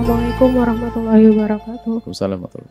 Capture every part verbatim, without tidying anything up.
Assalamualaikum warahmatullahi wabarakatuh. Assalamualaikum.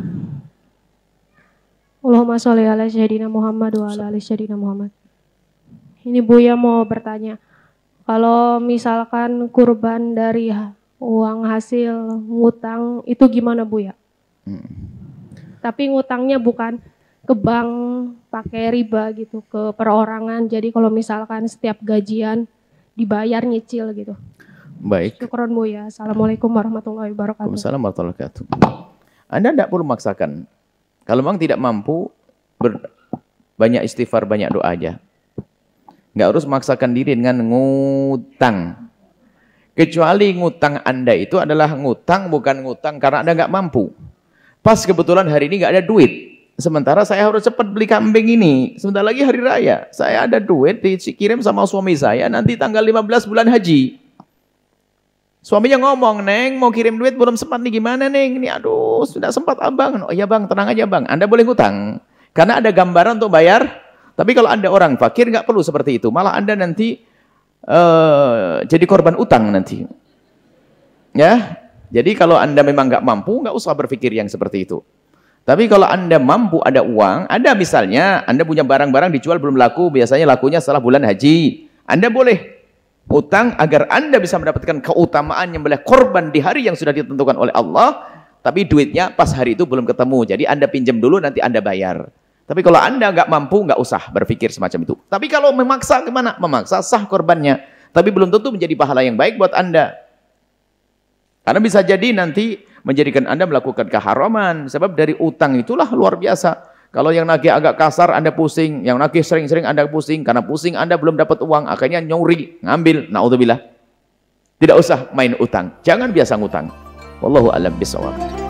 Allahumma sholli ala sayyidina Muhammad wa ala ali sayyidina Muhammad. Ini Buya mau bertanya, kalau misalkan kurban dari uang hasil ngutang itu gimana Buya? Hmm. Tapi ngutangnya bukan ke bank pakai riba gitu, ke perorangan. Jadi kalau misalkan setiap gajian dibayar nyicil gitu. Baik. Syukron Buya. Assalamualaikum warahmatullahi wabarakatuh. Assalamualaikum warahmatullahi wabarakatuh. Anda tidak perlu memaksakan. Kalau memang tidak mampu, ber, banyak istighfar, banyak doa aja. Nggak harus memaksakan diri dengan ngutang. Kecuali ngutang Anda itu adalah ngutang, bukan ngutang karena Anda nggak mampu. Pas kebetulan hari ini nggak ada duit. Sementara saya harus cepat beli kambing ini. Sebentar lagi hari raya. Saya ada duit, dikirim sama suami saya, nanti tanggal lima belas bulan haji. Suaminya ngomong, Neng mau kirim duit belum sempat nih, gimana Neng? Ini aduh sudah sempat abang. Oh iya bang, tenang aja bang, Anda boleh ngutang. Karena ada gambaran untuk bayar. Tapi kalau Anda orang fakir nggak perlu seperti itu. Malah Anda nanti uh, jadi korban utang nanti. Ya, jadi kalau Anda memang nggak mampu, nggak usah berpikir yang seperti itu. Tapi kalau Anda mampu, ada uang, ada misalnya Anda punya barang-barang dijual belum laku, biasanya lakunya setelah bulan haji. Anda boleh utang agar Anda bisa mendapatkan keutamaan yang boleh korban di hari yang sudah ditentukan oleh Allah, tapi duitnya pas hari itu belum ketemu. Jadi Anda pinjam dulu, nanti Anda bayar. Tapi kalau Anda nggak mampu, nggak usah berpikir semacam itu. Tapi kalau memaksa kemana? Memaksa sah korbannya. Tapi belum tentu menjadi pahala yang baik buat Anda. Karena bisa jadi nanti menjadikan Anda melakukan keharaman. Sebab dari utang itulah luar biasa. Kalau yang nagih agak kasar, Anda pusing. Yang nagih sering-sering, Anda pusing. Karena pusing, Anda belum dapat uang. Akhirnya nyuri, ngambil. Na'udzubillah. Tidak usah main utang. Jangan biasa ngutang. Wallahu a'lam bishawab.